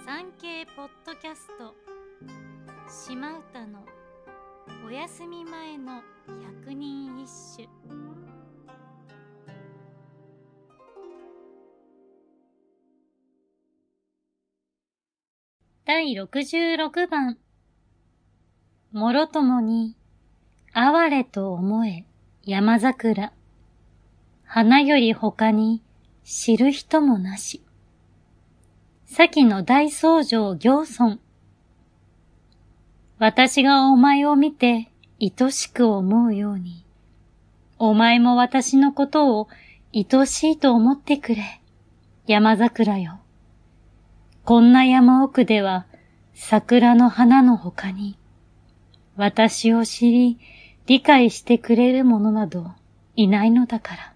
産経ポッドキャスト島唄のお休み前の百人一首。第66番。もろともに哀れと思え山桜、花より他に知る人もなし。先の大僧正行尊。私がお前を見て愛しく思うように、お前も私のことを愛しいと思ってくれ、山桜よ。こんな山奥では桜の花の他に、私を知り理解してくれる者などいないのだから。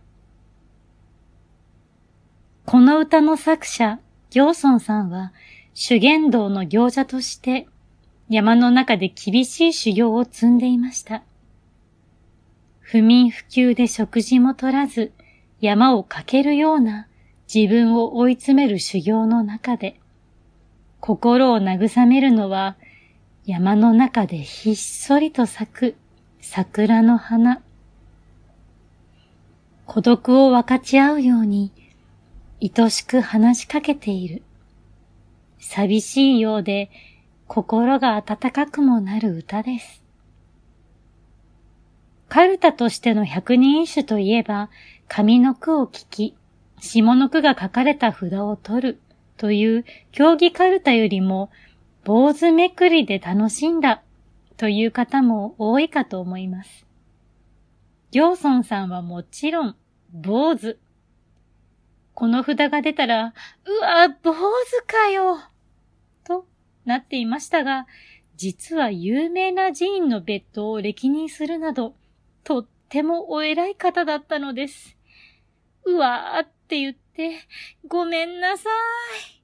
この歌の作者、行尊さんは修験道の行者として山の中で厳しい修行を積んでいました。不眠不休で食事も取らず山を駆けるような自分を追い詰める修行の中で、心を慰めるのは山の中でひっそりと咲く桜の花。孤独を分かち合うように愛しく話しかけている。寂しいようで心が温かくもなる歌です。カルタとしての百人一首といえば、上の句を聞き、下の句が書かれた札を取るという競技カルタよりも、坊主めくりで楽しんだという方も多いかと思います。行尊さんはもちろん坊主。この札が出たら、うわ、坊主かよとなっていましたが、実は有名な寺院の別当を歴任するなど、とってもお偉い方だったのです。うわーって言って、ごめんなさい。